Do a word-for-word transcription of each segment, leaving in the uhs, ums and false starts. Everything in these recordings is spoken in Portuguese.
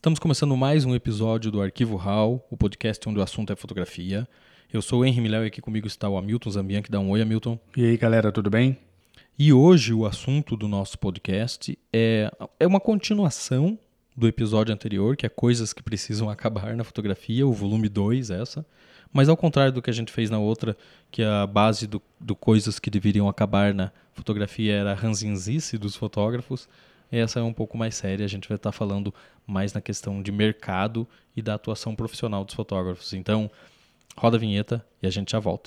Estamos começando mais um episódio do Arquivo R A W, o podcast onde o assunto é fotografia. Eu sou o Henry Miléo e aqui comigo está o Hamilton Zambian, que dá um oi, Hamilton. E aí, galera, tudo bem? E hoje o assunto do nosso podcast é, é uma continuação do episódio anterior, que é Coisas que Precisam Acabar na Fotografia, o volume dois, essa. Mas ao contrário do que a gente fez na outra, que a base do, do Coisas que Deveriam Acabar na Fotografia era a ranzinzice dos fotógrafos, essa é um pouco mais séria, a gente vai estar falando mais na questão de mercado e da atuação profissional dos fotógrafos. Então, roda a vinheta e a gente já volta.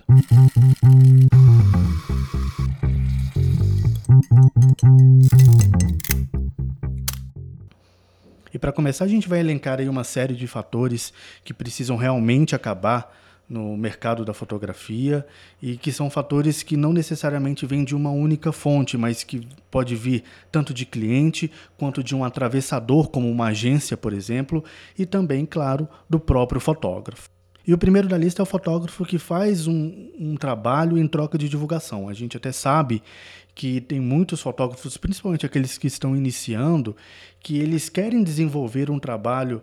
E para começar, a gente vai elencar aí uma série de fatores que precisam realmente acabar no mercado da fotografia e que são fatores que não necessariamente vêm de uma única fonte, mas que pode vir tanto de cliente quanto de um atravessador, como uma agência, por exemplo, e também, claro, do próprio fotógrafo. E o primeiro da lista é o fotógrafo que faz um, um trabalho em troca de divulgação. A gente até sabe que tem muitos fotógrafos, principalmente aqueles que estão iniciando, que eles querem desenvolver um trabalho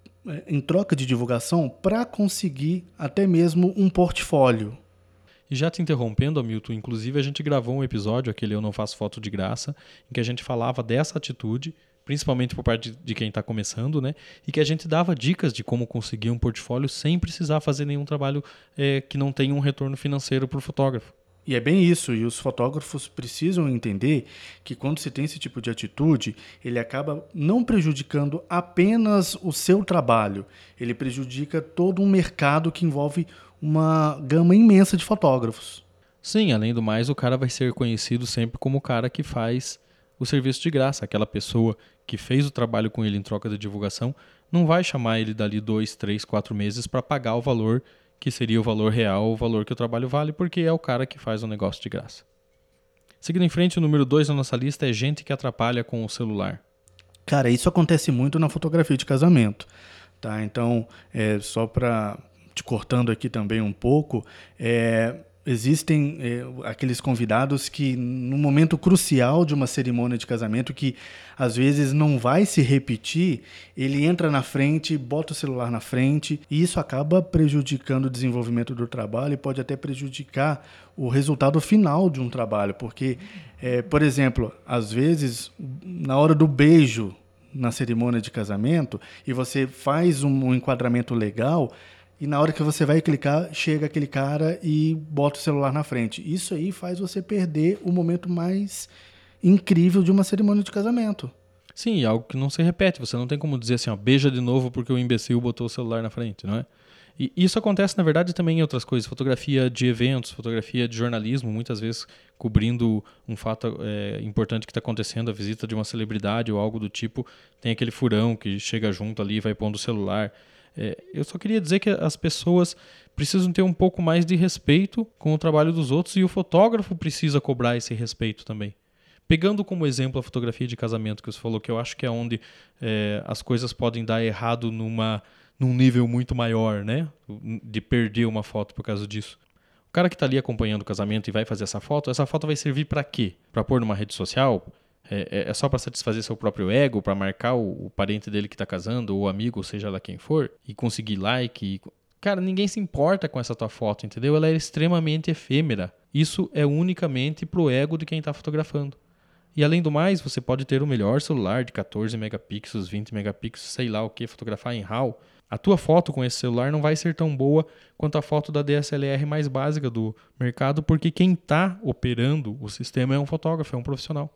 em troca de divulgação para conseguir até mesmo um portfólio. E já te interrompendo, Hamilton, inclusive a gente gravou um episódio, aquele Eu Não Faço Foto de Graça, em que a gente falava dessa atitude, principalmente por parte de quem está começando, né? E que a gente dava dicas de como conseguir um portfólio sem precisar fazer nenhum trabalho é, que não tenha um retorno financeiro para o fotógrafo. E é bem isso, e os fotógrafos precisam entender que quando se tem esse tipo de atitude, ele acaba não prejudicando apenas o seu trabalho, ele prejudica todo um mercado que envolve uma gama imensa de fotógrafos. Sim, além do mais, o cara vai ser conhecido sempre como o cara que faz o serviço de graça. Aquela pessoa que fez o trabalho com ele em troca de divulgação não vai chamar ele dali dois, três, quatro meses para pagar o valor que seria o valor real, o valor que o trabalho vale, porque é o cara que faz o negócio de graça. Seguindo em frente, o número dois da nossa lista é gente que atrapalha com o celular. Cara, isso acontece muito na fotografia de casamento, tá? Então, é, só para te cortando aqui também um pouco, é, existem é, aqueles convidados que, no momento crucial de uma cerimônia de casamento, que às vezes não vai se repetir, ele entra na frente, bota o celular na frente, e isso acaba prejudicando o desenvolvimento do trabalho e pode até prejudicar o resultado final de um trabalho, porque, é, por exemplo, às vezes, na hora do beijo, na cerimônia de casamento, e você faz um, um enquadramento legal, e na hora que você vai clicar, chega aquele cara e bota o celular na frente. Isso aí faz você perder o momento mais incrível de uma cerimônia de casamento. Sim, algo que não se repete. Você não tem como dizer assim, ó, beija de novo porque o imbecil botou o celular na frente, não é? E isso acontece, na verdade, também em outras coisas. Fotografia de eventos, fotografia de jornalismo, muitas vezes cobrindo um fato é, importante que está acontecendo, a visita de uma celebridade ou algo do tipo, tem aquele furão que chega junto ali e vai pondo o celular. É, eu só queria dizer que as pessoas precisam ter um pouco mais de respeito com o trabalho dos outros e o fotógrafo precisa cobrar esse respeito também. Pegando como exemplo a fotografia de casamento que você falou, que eu acho que é onde é, as coisas podem dar errado numa, num nível muito maior, né? De perder uma foto por causa disso. O cara que está ali acompanhando o casamento e vai fazer essa foto, essa foto vai servir para quê? Para pôr numa rede social? É, é só para satisfazer seu próprio ego, para marcar o, o parente dele que está casando, ou o amigo, ou seja lá quem for, e conseguir like. E... Cara, ninguém se importa com essa tua foto, entendeu? Ela é extremamente efêmera. Isso é unicamente pro ego de quem está fotografando. E além do mais, você pode ter o melhor celular de catorze megapixels, vinte megapixels, sei lá o que, fotografar em RAW. A tua foto com esse celular não vai ser tão boa quanto a foto da D S L R mais básica do mercado, porque quem está operando o sistema é um fotógrafo, é um profissional.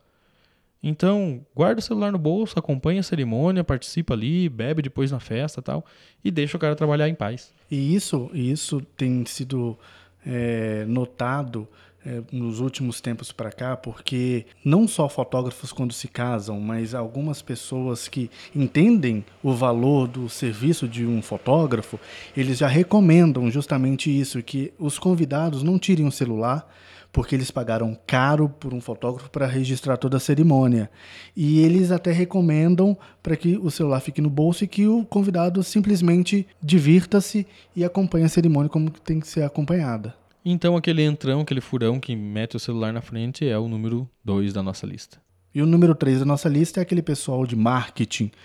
Então, guarda o celular no bolso, acompanha a cerimônia, participa ali, bebe depois na festa e tal, e deixa o cara trabalhar em paz. E isso, isso tem sido é, notado é, nos últimos tempos para cá, porque não só fotógrafos quando se casam, mas algumas pessoas que entendem o valor do serviço de um fotógrafo, eles já recomendam justamente isso, que os convidados não tirem o celular, porque eles pagaram caro por um fotógrafo para registrar toda a cerimônia. E eles até recomendam para que o celular fique no bolso e que o convidado simplesmente divirta-se e acompanhe a cerimônia como tem que ser acompanhada. Então aquele entrão, aquele furão que mete o celular na frente é o número dois da nossa lista. E o número três da nossa lista é aquele pessoal de marketing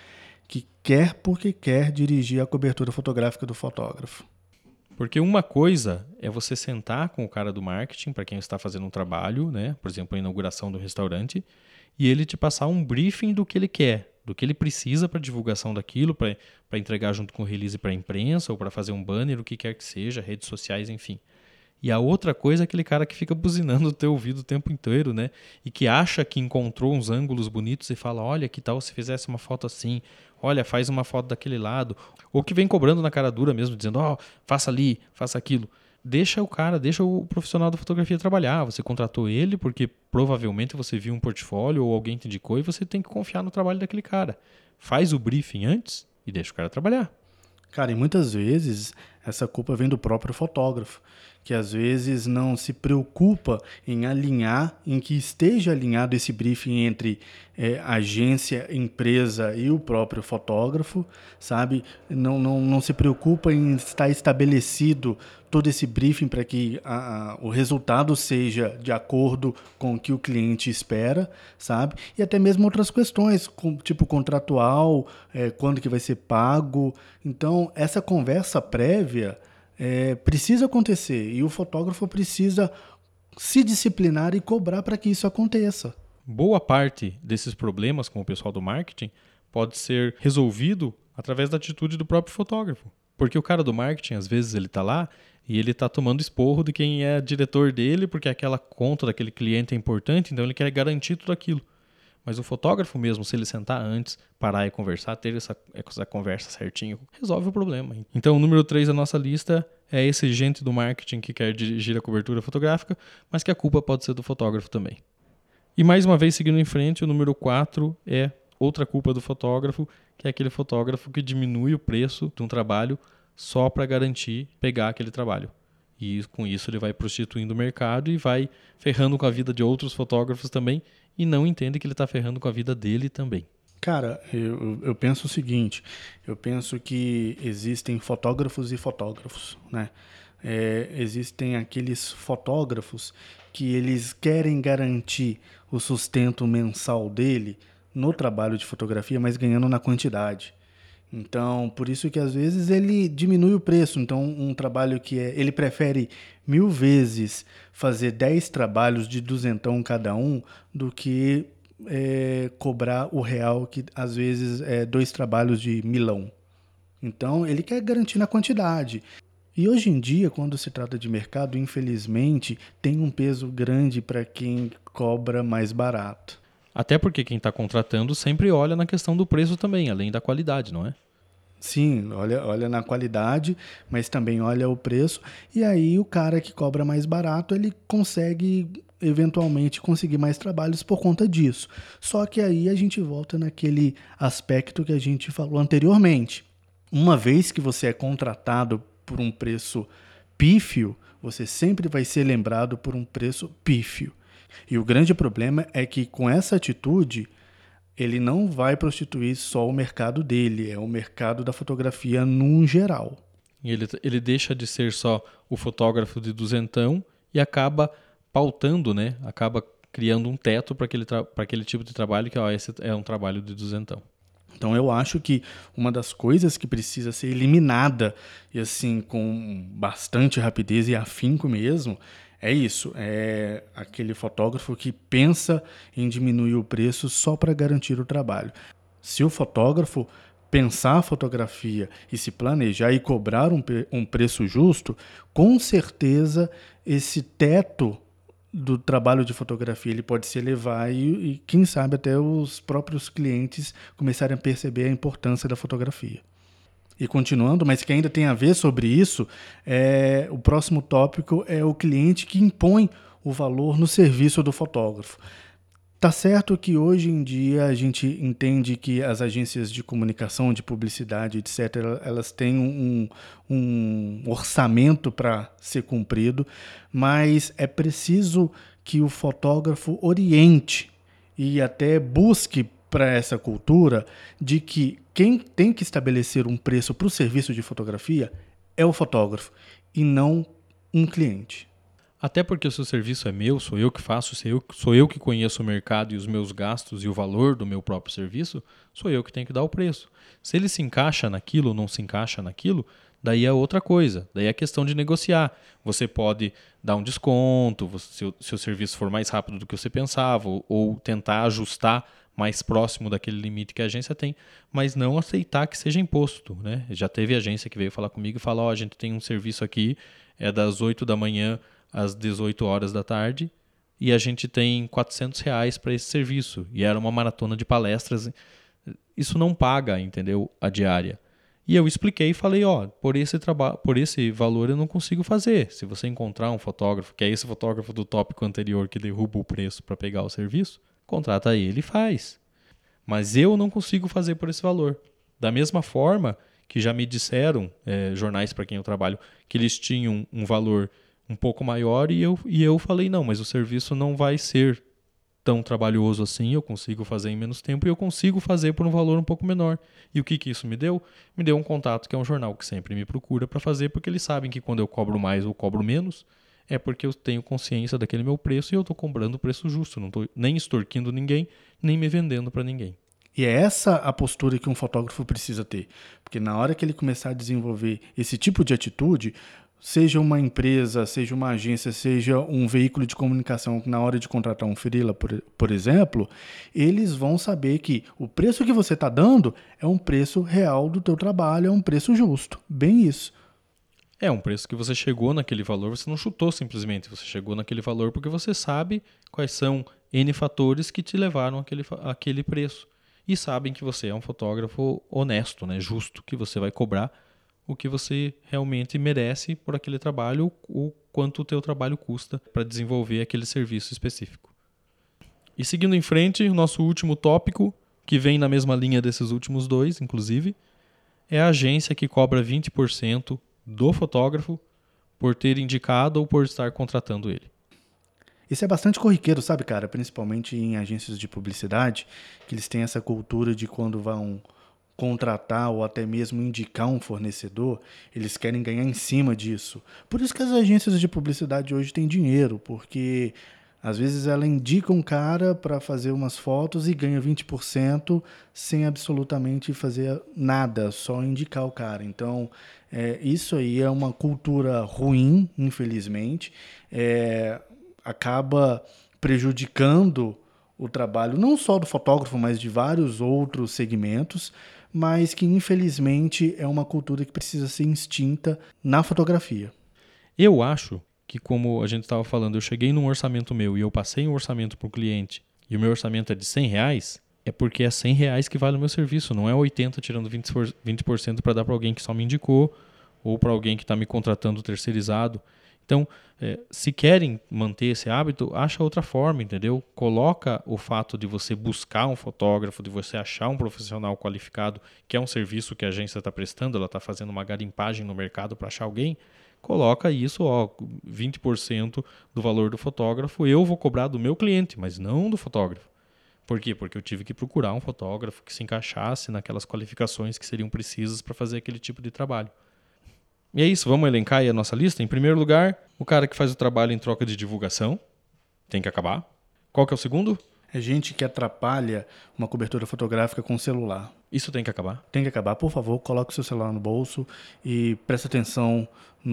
que quer porque quer dirigir a cobertura fotográfica do fotógrafo. Porque uma coisa é você sentar com o cara do marketing, para quem está fazendo um trabalho, né? Por exemplo, a inauguração do restaurante, e ele te passar um briefing do que ele quer, do que ele precisa para divulgação daquilo, para entregar junto com o release para a imprensa ou para fazer um banner, o que quer que seja, redes sociais, enfim. E a outra coisa é aquele cara que fica buzinando o teu ouvido o tempo inteiro, né? E que acha que encontrou uns ângulos bonitos e fala, olha, que tal se fizesse uma foto assim? Olha, faz uma foto daquele lado. Ou que vem cobrando na cara dura mesmo, dizendo, ó, oh, faça ali, faça aquilo. Deixa o cara, deixa o profissional da fotografia trabalhar. Você contratou ele porque provavelmente você viu um portfólio ou alguém te indicou e você tem que confiar no trabalho daquele cara. Faz o briefing antes e deixa o cara trabalhar. Cara, e muitas vezes essa culpa vem do próprio fotógrafo, que às vezes não se preocupa em alinhar, em que esteja alinhado esse briefing entre é, agência, empresa e o próprio fotógrafo, sabe? Não, não, não se preocupa em estar estabelecido todo esse briefing para que a, a, o resultado seja de acordo com o que o cliente espera, sabe? E até mesmo outras questões, com, tipo contratual, é, quando que vai ser pago. Então, essa conversa prévia é, precisa acontecer e o fotógrafo precisa se disciplinar e cobrar para que isso aconteça. Boa parte desses problemas com o pessoal do marketing pode ser resolvido através da atitude do próprio fotógrafo. Porque o cara do marketing, às vezes, ele está lá e ele está tomando esporro de quem é diretor dele, porque aquela conta daquele cliente é importante, então ele quer garantir tudo aquilo. Mas o fotógrafo mesmo, se ele sentar antes, parar e conversar, ter essa, essa conversa certinho, resolve o problema. Então, o número três da nossa lista é esse gente do marketing que quer dirigir a cobertura fotográfica, mas que a culpa pode ser do fotógrafo também. E mais uma vez, seguindo em frente, o número quatro é outra culpa do fotógrafo, que é aquele fotógrafo que diminui o preço de um trabalho só para garantir pegar aquele trabalho. E com isso ele vai prostituindo o mercado e vai ferrando com a vida de outros fotógrafos também e não entende que ele está ferrando com a vida dele também. Cara, eu, eu penso o seguinte, eu penso que existem fotógrafos e fotógrafos, né? É, existem aqueles fotógrafos que eles querem garantir o sustento mensal dele no trabalho de fotografia, mas ganhando na quantidade. Então, por isso que às vezes ele diminui o preço. Então, um trabalho que é, ele prefere mil vezes fazer dez trabalhos de duzentão cada um do que é, cobrar o real, que às vezes é dois trabalhos de milão. Então, ele quer garantir na quantidade. E hoje em dia, quando se trata de mercado, infelizmente, tem um peso grande para quem cobra mais barato. Até porque quem está contratando sempre olha na questão do preço também, além da qualidade, não é? Sim, olha, olha na qualidade, mas também olha o preço. E aí o cara que cobra mais barato, ele consegue eventualmente conseguir mais trabalhos por conta disso. Só que aí a gente volta naquele aspecto que a gente falou anteriormente. Uma vez que você é contratado por um preço pífio, você sempre vai ser lembrado por um preço pífio. E o grande problema é que com essa atitude, ele não vai prostituir só o mercado dele, é o mercado da fotografia num geral. E ele, ele deixa de ser só o fotógrafo de duzentão e acaba pautando, né? Acaba criando um teto para aquele, tra- para aquele tipo de trabalho que ó, esse é um trabalho de duzentão. Então eu acho que uma das coisas que precisa ser eliminada, e assim, com bastante rapidez e afinco mesmo, é isso, é aquele fotógrafo que pensa em diminuir o preço só para garantir o trabalho. Se o fotógrafo pensar a fotografia e se planejar e cobrar um, um preço justo, com certeza esse teto do trabalho de fotografia ele pode se elevar e, e quem sabe até os próprios clientes começarem a perceber a importância da fotografia. E continuando, mas que ainda tem a ver sobre isso, é, o próximo tópico é o cliente que impõe o valor no serviço do fotógrafo. Tá certo que hoje em dia a gente entende que as agências de comunicação, de publicidade, etcétera, elas têm um, um orçamento para ser cumprido, mas é preciso que o fotógrafo oriente e até busque para essa cultura de que quem tem que estabelecer um preço para o serviço de fotografia é o fotógrafo e não um cliente. Até porque o seu serviço é meu, sou eu que faço, sou eu, sou eu que conheço o mercado e os meus gastos e o valor do meu próprio serviço, sou eu que tenho que dar o preço. Se ele se encaixa naquilo ou não se encaixa naquilo, daí é outra coisa. Daí é questão de negociar. Você pode dar um desconto, se o seu serviço for mais rápido do que você pensava, ou, ou tentar ajustar mais próximo daquele limite que a agência tem, mas não aceitar que seja imposto, né? Já teve agência que veio falar comigo e falou, ó, oh, a gente tem um serviço aqui, é das oito da manhã às dezoito horas da tarde, e a gente tem quatrocentos reais para esse serviço. E era uma maratona de palestras. Isso não paga, entendeu? A diária. E eu expliquei e falei, ó, por esse trabalho, por esse valor eu não consigo fazer. Se você encontrar um fotógrafo, que é esse fotógrafo do tópico anterior que derruba o preço para pegar o serviço, contrata ele e faz. Mas eu não consigo fazer por esse valor. Da mesma forma que já me disseram, é, jornais para quem eu trabalho, que eles tinham um valor um pouco maior e eu, e eu falei, não, mas o serviço não vai ser tão trabalhoso assim, eu consigo fazer em menos tempo e eu consigo fazer por um valor um pouco menor. E o que, que isso me deu? Me deu um contato que é um jornal que sempre me procura para fazer, porque eles sabem que quando eu cobro mais ou cobro menos, é porque eu tenho consciência daquele meu preço e eu estou cobrando o preço justo, não estou nem extorquindo ninguém, nem me vendendo para ninguém. E é essa a postura que um fotógrafo precisa ter, porque na hora que ele começar a desenvolver esse tipo de atitude, seja uma empresa, seja uma agência, seja um veículo de comunicação, na hora de contratar um freela, por, por exemplo, eles vão saber que o preço que você está dando é um preço real do teu trabalho, é um preço justo. Bem isso. É um preço que você chegou naquele valor, você não chutou simplesmente, você chegou naquele valor porque você sabe quais são N fatores que te levaram àquele, àquele preço. E sabem que você é um fotógrafo honesto, né? Justo, que você vai cobrar o que você realmente merece por aquele trabalho, o quanto o teu trabalho custa para desenvolver aquele serviço específico. E seguindo em frente, o nosso último tópico, que vem na mesma linha desses últimos dois, inclusive, é a agência que cobra vinte por cento do fotógrafo por ter indicado ou por estar contratando ele. Isso é bastante corriqueiro, sabe, cara? Principalmente em agências de publicidade, que eles têm essa cultura de quando vão contratar ou até mesmo indicar um fornecedor, eles querem ganhar em cima disso. Por isso que as agências de publicidade hoje têm dinheiro, porque às vezes ela indica um cara para fazer umas fotos e ganha vinte por cento sem absolutamente fazer nada, só indicar o cara. Então, é, isso aí é uma cultura ruim, infelizmente. É, acaba prejudicando o trabalho não só do fotógrafo, mas de vários outros segmentos, mas que infelizmente é uma cultura que precisa ser extinta na fotografia. Eu acho que, como a gente estava falando, eu cheguei num orçamento meu e eu passei um orçamento para o cliente e o meu orçamento é de cem reais, é porque é cem reais que vale o meu serviço, não é oitenta tirando vinte por cento para dar para alguém que só me indicou ou para alguém que está me contratando terceirizado. Então, é, se querem manter esse hábito, acha outra forma, entendeu? Coloca o fato de você buscar um fotógrafo, de você achar um profissional qualificado, que é um serviço que a agência está prestando, ela está fazendo uma garimpagem no mercado para achar alguém, coloca isso, ó, vinte por cento do valor do fotógrafo, eu vou cobrar do meu cliente, mas não do fotógrafo. Por quê? Porque eu tive que procurar um fotógrafo que se encaixasse naquelas qualificações que seriam precisas para fazer aquele tipo de trabalho. E é isso, vamos elencar aí a nossa lista. Em primeiro lugar, o cara que faz o trabalho em troca de divulgação. Tem que acabar. Qual que é o segundo? É gente que atrapalha uma cobertura fotográfica com celular. Isso tem que acabar. Tem que acabar. Por favor, coloque o seu celular no bolso e preste atenção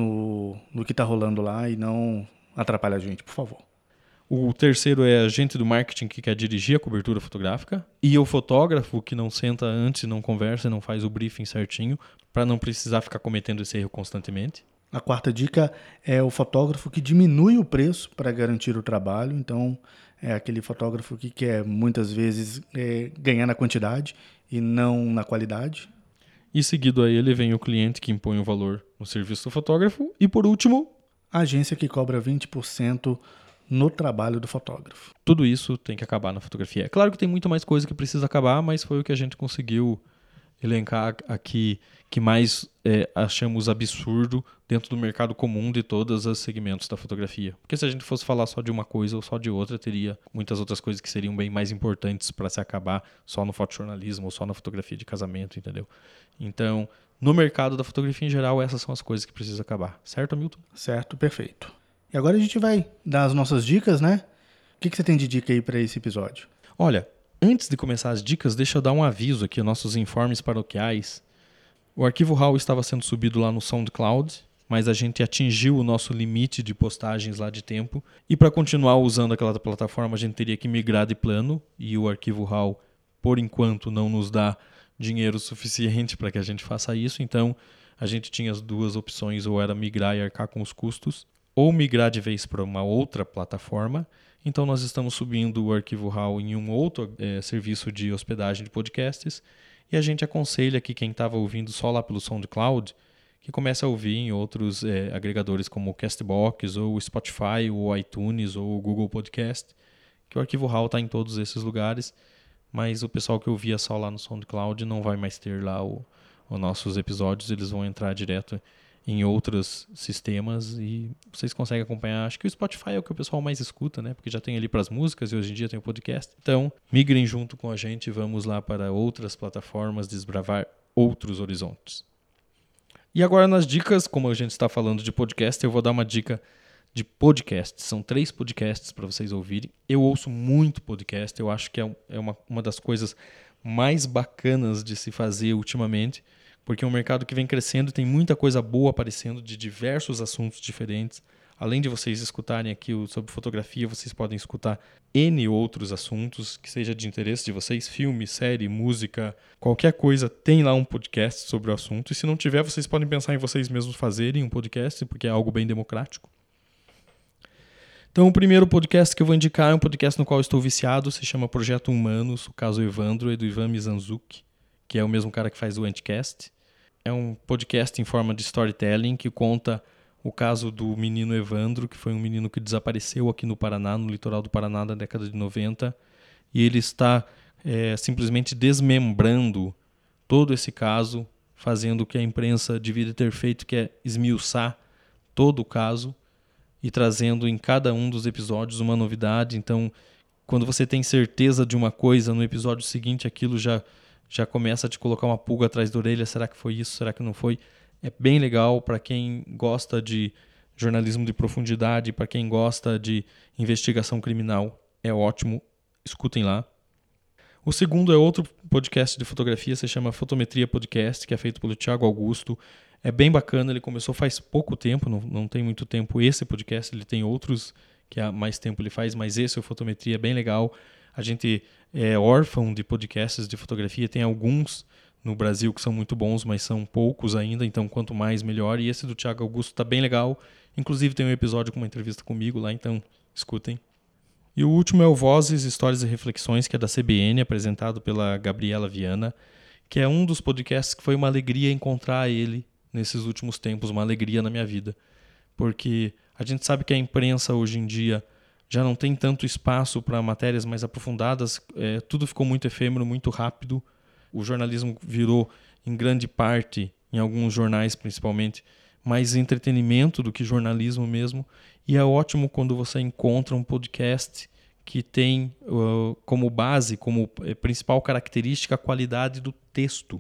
no, no que está rolando lá e não atrapalhe a gente, por favor. O terceiro é a gente do marketing que quer dirigir a cobertura fotográfica. E o fotógrafo que não senta antes, não conversa, não faz o briefing certinho, para não precisar ficar cometendo esse erro constantemente. A quarta dica é o fotógrafo que diminui o preço para garantir o trabalho. Então, é aquele fotógrafo que quer muitas vezes é, ganhar na quantidade e não na qualidade. E seguido a ele vem o cliente que impõe o valor no serviço do fotógrafo. E por último, a agência que cobra vinte por cento no trabalho do fotógrafo. Tudo isso tem que acabar na fotografia. É claro que tem muito mais coisa que precisa acabar, mas foi o que a gente conseguiu elencar aqui, que mais é, achamos absurdo dentro do mercado comum de todos os segmentos da fotografia. Porque se a gente fosse falar só de uma coisa ou só de outra, teria muitas outras coisas que seriam bem mais importantes para se acabar só no fotojornalismo ou só na fotografia de casamento, entendeu? Então, no mercado da fotografia em geral, essas são as coisas que precisam acabar. Certo, Hamilton? Certo, perfeito. E E agora a gente vai dar as nossas dicas, né? O que, que você tem de dica aí para esse episódio? Olha, antes de começar as dicas, deixa eu dar um aviso aqui, nossos informes paroquiais. O arquivo R A W estava sendo subido lá no SoundCloud, mas a gente atingiu o nosso limite de postagens lá de tempo. E para continuar usando aquela plataforma, a gente teria que migrar de plano. E o arquivo R A W, por enquanto, não nos dá dinheiro suficiente para que a gente faça isso. Então, a gente tinha as duas opções, ou era migrar e arcar com os custos, ou migrar de vez para uma outra plataforma. Então, nós estamos subindo o arquivo R A W em um outro é, serviço de hospedagem de podcasts. E a gente aconselha que quem estava ouvindo só lá pelo SoundCloud, que comece a ouvir em outros é, agregadores como o Castbox, ou o Spotify, ou o iTunes, ou o Google Podcast, que o arquivo R A W está em todos esses lugares, mas o pessoal que ouvia só lá no SoundCloud não vai mais ter lá o, os nossos episódios, eles vão entrar direto em outros sistemas e vocês conseguem acompanhar. Acho que o Spotify é o que o pessoal mais escuta, né? Porque já tem ali para as músicas e hoje em dia tem o podcast. Então, migrem junto com a gente e vamos lá para outras plataformas desbravar outros horizontes. E agora nas dicas, como a gente está falando de podcast, eu vou dar uma dica de podcasts. São três podcasts para vocês ouvirem. Eu ouço muito podcast, eu acho que é, é uma, uma das coisas mais bacanas de se fazer ultimamente, porque é um mercado que vem crescendo e tem muita coisa boa aparecendo de diversos assuntos diferentes. Além de vocês escutarem aqui sobre fotografia, vocês podem escutar N outros assuntos que seja de interesse de vocês, filme, série, música, qualquer coisa, tem lá um podcast sobre o assunto. E se não tiver, vocês podem pensar em vocês mesmos fazerem um podcast, porque é algo bem democrático. Então, o primeiro podcast que eu vou indicar é um podcast no qual eu estou viciado, se chama Projeto Humanos, o caso Evandro é do Ivan Mizanzuki, que é o mesmo cara que faz o Anticast. É um podcast em forma de storytelling que conta o caso do menino Evandro, que foi um menino que desapareceu aqui no Paraná, no litoral do Paraná, na década de noventa. E ele está é, simplesmente desmembrando todo esse caso, fazendo o que a imprensa devia ter feito, que é esmiuçar todo o caso e trazendo em cada um dos episódios uma novidade. Então, quando você tem certeza de uma coisa, no episódio seguinte aquilo já... já começa a te colocar uma pulga atrás da orelha, será que foi isso, será que não foi? É bem legal para quem gosta de jornalismo de profundidade, para quem gosta de investigação criminal, é ótimo, escutem lá. O segundo é outro podcast de fotografia, se chama Fotometria Podcast, que é feito pelo Thiago Augusto. É bem bacana, ele começou faz pouco tempo, não, não tem muito tempo esse podcast, ele tem outros que há mais tempo ele faz, mas esse, o Fotometria, é bem legal. A gente é órfão de podcasts de fotografia, tem alguns no Brasil que são muito bons, mas são poucos ainda, então quanto mais melhor. E esse do Thiago Augusto está bem legal, inclusive tem um episódio com uma entrevista comigo lá, então escutem. E o último é o Vozes, Histórias e Reflexões, que é da C B N, apresentado pela Gabriela Viana, que é um dos podcasts que foi uma alegria encontrar ele nesses últimos tempos, uma alegria na minha vida, porque a gente sabe que a imprensa hoje em dia já não tem tanto espaço para matérias mais aprofundadas, é, tudo ficou muito efêmero, muito rápido. O jornalismo virou, em grande parte, em alguns jornais principalmente, mais entretenimento do que jornalismo mesmo. E é ótimo quando você encontra um podcast que tem uh, como base, como principal característica, a qualidade do texto.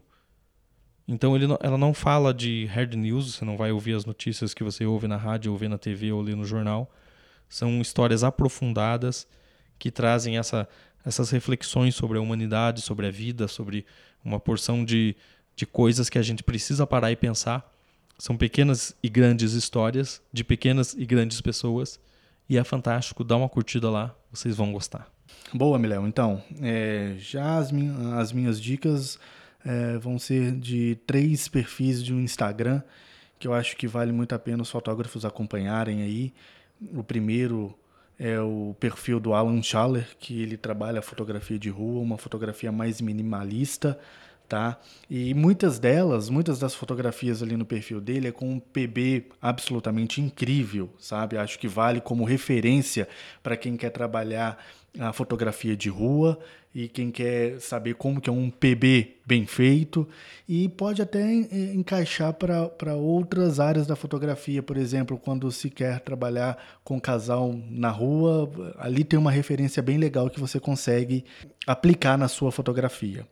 Então ele não, ela não fala de hard news, você não vai ouvir as notícias que você ouve na rádio, ouve na T V ou lê no jornal. São histórias aprofundadas que trazem essa, essas reflexões sobre a humanidade, sobre a vida, sobre uma porção de, de coisas que a gente precisa parar e pensar. São pequenas e grandes histórias de pequenas e grandes pessoas e é fantástico. Dá uma curtida lá, vocês vão gostar. Boa, Miléo. Então, é, já as, min- as minhas dicas é, vão ser de três perfis de um Instagram que eu acho que vale muito a pena os fotógrafos acompanharem aí. O primeiro é o perfil do Alan Schaller, que ele trabalha a fotografia de rua, uma fotografia mais minimalista, tá? E muitas delas, muitas das fotografias ali no perfil dele é com um P B absolutamente incrível, sabe? Acho que vale como referência para quem quer trabalhar a fotografia de rua e quem quer saber como que é um P B bem feito, e pode até encaixar para outras áreas da fotografia. Por exemplo, quando se quer trabalhar com casal na rua, ali tem uma referência bem legal que você consegue aplicar na sua fotografia.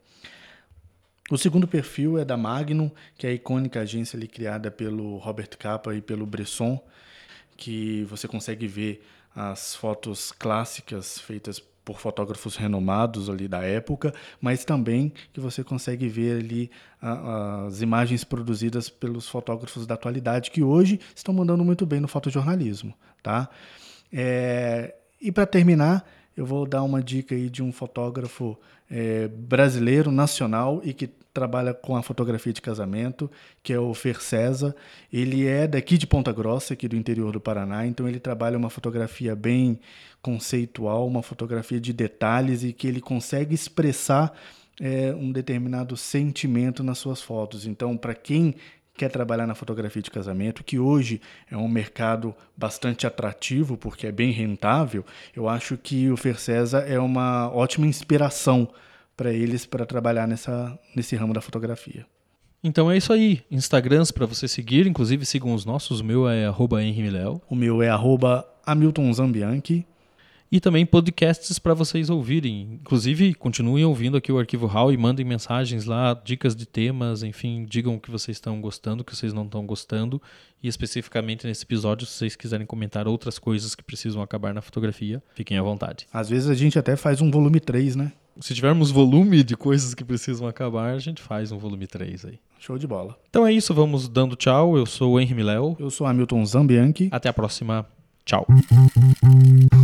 O segundo perfil é da Magnum, que é a icônica agência ali criada pelo Robert Capa e pelo Bresson, que você consegue ver as fotos clássicas feitas por fotógrafos renomados ali da época, mas também que você consegue ver ali a, as imagens produzidas pelos fotógrafos da atualidade, que hoje estão mandando muito bem no fotojornalismo, tá? É, e para terminar, eu vou dar uma dica aí de um fotógrafo é, brasileiro, nacional, e que trabalha com a fotografia de casamento, que é o Fer César. Ele é daqui de Ponta Grossa, aqui do interior do Paraná, então ele trabalha uma fotografia bem conceitual, uma fotografia de detalhes, e que ele consegue expressar é, um determinado sentimento nas suas fotos. Então, para quem quer trabalhar na fotografia de casamento, que hoje é um mercado bastante atrativo, porque é bem rentável, eu acho que o Fer César é uma ótima inspiração para eles para trabalhar nessa, nesse ramo da fotografia. Então é isso aí. Instagrams para você seguir, inclusive sigam os nossos. O meu é arroba henry miléo. O meu é arroba hamilton zambianchi. E também podcasts para vocês ouvirem. Inclusive, continuem ouvindo aqui o Arquivo Raw e mandem mensagens lá, dicas de temas, enfim, digam o que vocês estão gostando, o que vocês não estão gostando. E especificamente nesse episódio, se vocês quiserem comentar outras coisas que precisam acabar na fotografia, fiquem à vontade. Às vezes a gente até faz um volume três, né? Se tivermos volume de coisas que precisam acabar, a gente faz um volume três aí. Show de bola. Então é isso, vamos dando tchau. Eu sou o Henry Miléo. Eu sou Hamilton Zambianchi. Até a próxima. Tchau.